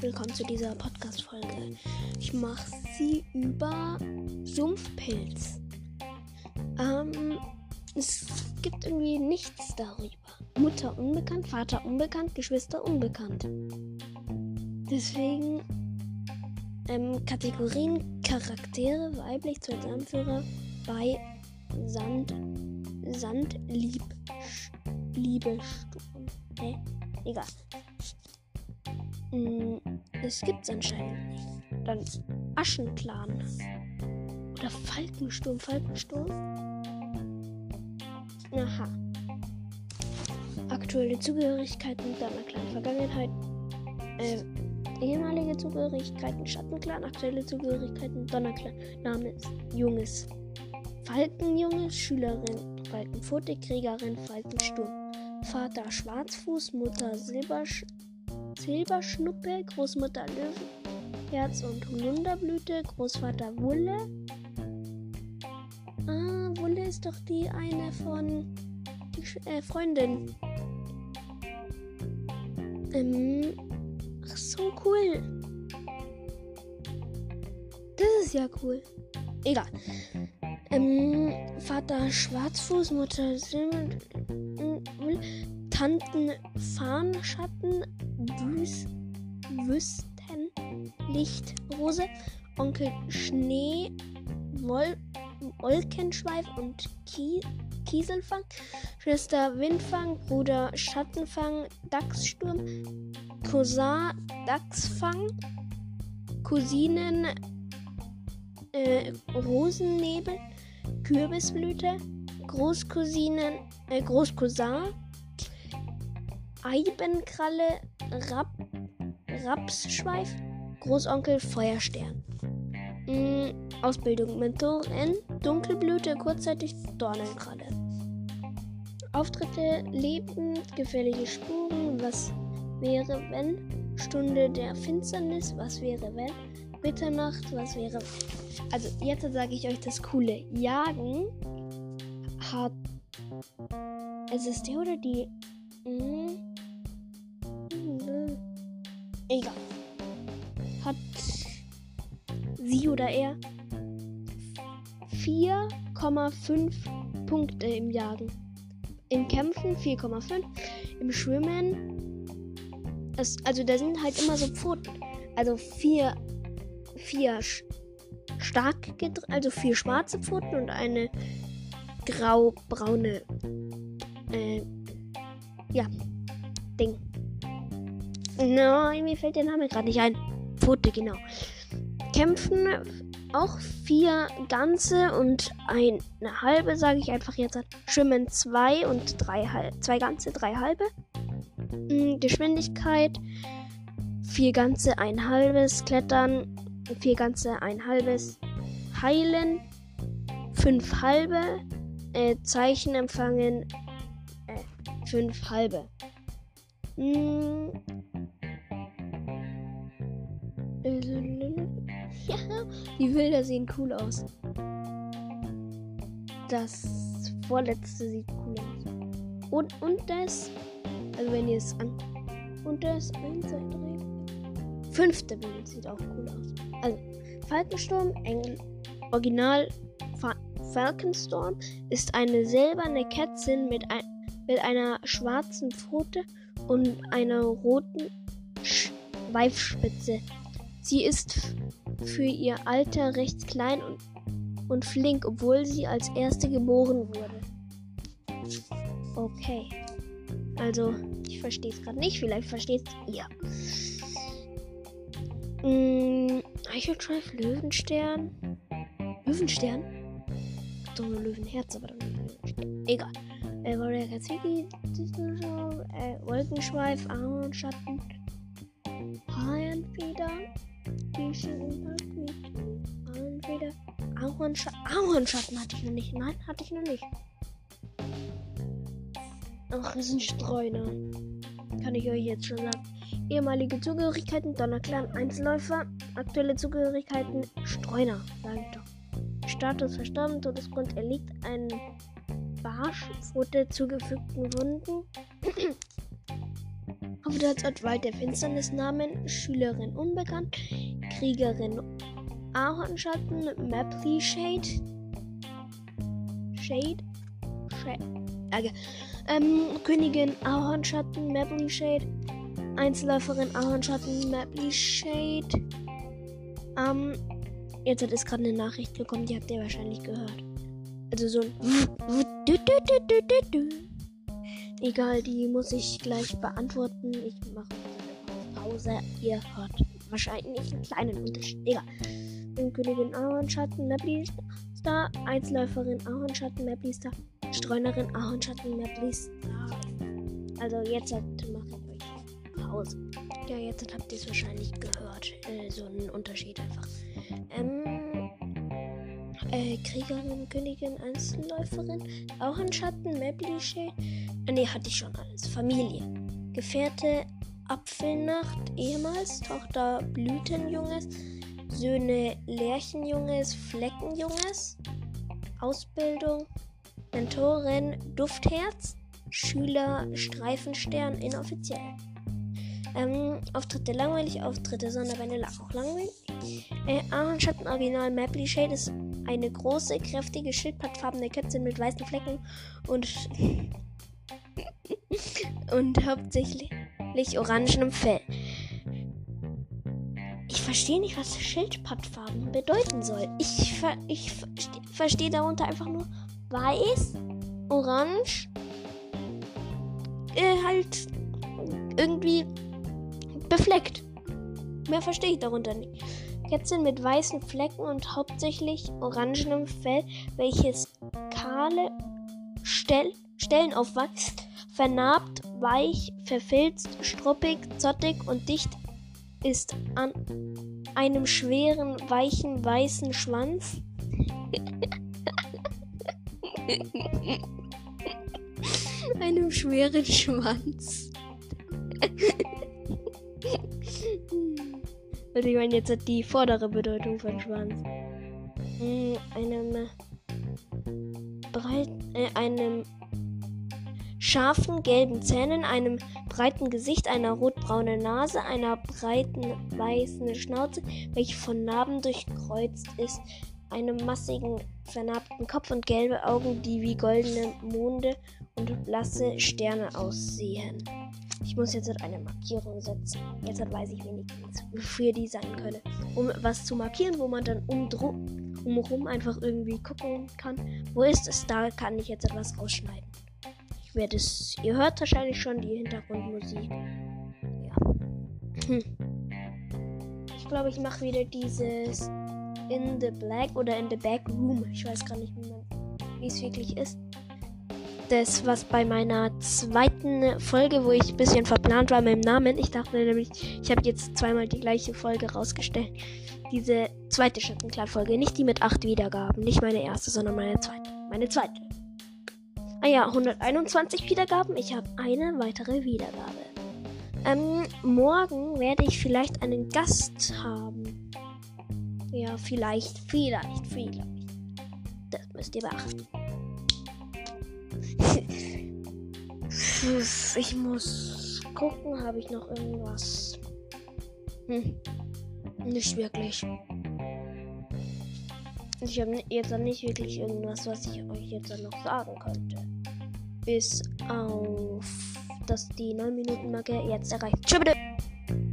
willkommen zu dieser Podcast-Folge. Ich mache sie über Sumpfpilz. Es gibt irgendwie nichts darüber. Mutter unbekannt, Vater unbekannt, Geschwister unbekannt. Deswegen Kategorien, Charaktere, weiblich, zweiter Anführer, bei Liebesturm. Egal. Es gibt's anscheinend nicht. Dann Aschenclan. Oder Falkensturm. Aha. Aktuelle Zugehörigkeiten, Donnerclan, Vergangenheit. Ehemalige Zugehörigkeiten, Schattenclan. Aktuelle Zugehörigkeiten, Donnerclan. Name ist Junges. Falkenjunge, Schülerin, Falkenpfote, Kriegerin, Falkensturm. Vater Schwarzfuß, Mutter Silberschnuppe, Großmutter Löwenherz und Holunderblüte, Großvater Wulle. Wulle ist doch die eine von die Freundin. Ach so, cool. Das ist ja cool. Egal. Vater Schwarzfuß, Mutter Silber, Tanten Farnschatten, Wüstenlichtrose, Onkel Schnee, Wolkenschweif und Kieselfang, Schwester Windfang, Bruder Schattenfang, Dachssturm, Cousin Dachsfang, Cousinen Rosennebel, Kürbisblüte, Großcousin, Eibenkralle, Rapsschweif, Großonkel Feuerstern. Ausbildung: Mentorin, Dunkelblüte, kurzzeitig Dornenkralle. Auftritte: Leben, gefährliche Spuren, was wäre wenn, Stunde der Finsternis, was wäre wenn, Mitternacht, was wäre wenn. Also jetzt sage ich euch das Coole. Jagen hat, es ist der oder die, egal, hat sie oder er 4,5 Punkte im Jagen. Im Kämpfen 4,5. Im Schwimmen, also da sind halt immer so Pfoten. Also 4 also 4 schwarze Pfoten und eine grau-braune Ding. Nein, mir fällt der Name gerade nicht ein. Pfote, genau. Kämpfen auch 4 ganze und eine halbe, sage ich einfach jetzt. Schwimmen 2 und 2 ganze, 3 halbe. Geschwindigkeit 4 ganze, 1 halbes. Klettern 4 ganze, 1 halbes. Heilen 5 halbe. Zeichen empfangen 5 halbe. Ja, die Bilder sehen cool aus. Das vorletzte sieht cool aus. Und das, also wenn ihr es an. Und das 1, 2, 3. 5. Bild sieht auch cool aus. Also, Falkensturm, Original Falkensturm ist eine silberne Kätzin mit einer schwarzen Pfote und einer roten Schweifspitze. Sie ist für ihr Alter recht klein und flink, obwohl sie als erste geboren wurde. Okay. Also, ich verstehe es gerade nicht. Vielleicht versteht ihr. Eichelschweif, Löwenstern. Löwenstern? Doch nur Löwenherz, aber dann Löwenstern. Egal. Warrior Katsiki, Wolkenschweif, Ahornschatten, Hahnfeder, Ahornschatten hatte ich noch nicht. Nein, hatte ich noch nicht. Ach, ist ein Streuner. Kann ich euch jetzt schon sagen. Ehemalige Zugehörigkeiten, Donnerclan, Einzelläufer. Aktuelle Zugehörigkeiten, Streuner, sage ich doch. Status verstorben, Todesgrund erliegt einen Barschpfote zugefügten Wunden. Hauptort Wald der Finsternis, Namen Schülerin unbekannt, Kriegerin Ahornschatten, Mapley Shade. Königin Ahornschatten, Mapley Shade, Einzelläuferin Ahornschatten, Mapley Shade. Jetzt ist gerade eine Nachricht gekommen, die habt ihr wahrscheinlich gehört. Also so ein egal, die muss ich gleich beantworten. Ich mache eine Pause. Ihr hört wahrscheinlich einen kleinen Unterschied. Egal. Königin Ahornschatten, Mapley Star, Einzelläuferin Ahornschatten, Mapley Star, Streunerin Ahornschatten, Mapley Star. Also jetzt mache ich euch Pause. Ja, jetzt habt ihr es wahrscheinlich gehört. So ein Unterschied einfach. Kriegerin, Königin, Einzelläuferin, Ahornschatten, Mapley Shade. Ne, hatte ich schon alles. Familie. Gefährte, Apfelnacht, ehemals, Tochter, Blütenjunges, Söhne, Lerchenjunges, Fleckenjunges, Ausbildung, Mentorin, Duftherz, Schüler, Streifenstern, inoffiziell. Auftritte langweilig, Auftritte Sonderbände auch langweilig. Ahornschatten Original Mapley Shade ist eine große, kräftige, schildpattfarbene Kätzchen mit weißen Flecken und hauptsächlich orangenem Fell. Ich verstehe nicht, was Schildpattfarben bedeuten soll. Ich verstehe darunter einfach nur weiß, orange, halt irgendwie befleckt. Mehr verstehe ich darunter nicht. Kätzchen mit weißen Flecken und hauptsächlich orangenem Fell, welches kahle Stellen aufweist, vernarbt, weich, verfilzt, struppig, zottig und dicht ist an einem schweren, weichen, weißen Schwanz. Einem schweren Schwanz. Also ich meine jetzt die vordere Bedeutung von Schwanz. Einem scharfen gelben Zähnen, einem breiten Gesicht, einer rotbraunen Nase, einer breiten weißen Schnauze, welche von Narben durchkreuzt ist, einem massigen vernarbten Kopf und gelbe Augen, die wie goldene Monde und blasse Sterne aussehen. Ich muss jetzt eine Markierung setzen. Jetzt weiß ich wenigstens, wofür die sein können. Um was zu markieren, wo man dann umrum einfach irgendwie gucken kann. Wo ist es? Da kann ich jetzt etwas rausschneiden. Ihr hört wahrscheinlich schon die Hintergrundmusik. Ja. Ich glaube, ich mache wieder dieses In the Black oder In the Back Room. Ich weiß gar nicht, wie es wirklich ist. Das, was bei meiner zweiten Folge, wo ich ein bisschen verplant war mit dem Namen, ich dachte nämlich, ich habe jetzt zweimal die gleiche Folge rausgestellt. Diese zweite Schattenklar-Folge, nicht die mit 8 Wiedergaben, nicht meine erste, sondern meine zweite. Meine zweite. Ah ja, 121 Wiedergaben, ich habe eine weitere Wiedergabe. Morgen werde ich vielleicht einen Gast haben. Ja, vielleicht. Das müsst ihr beachten. Ich muss gucken, habe ich noch irgendwas? Nicht wirklich. Ich habe jetzt nicht wirklich irgendwas, was ich euch jetzt noch sagen könnte. Bis auf, dass die 9-Minuten-Marke jetzt erreicht. Tschüss.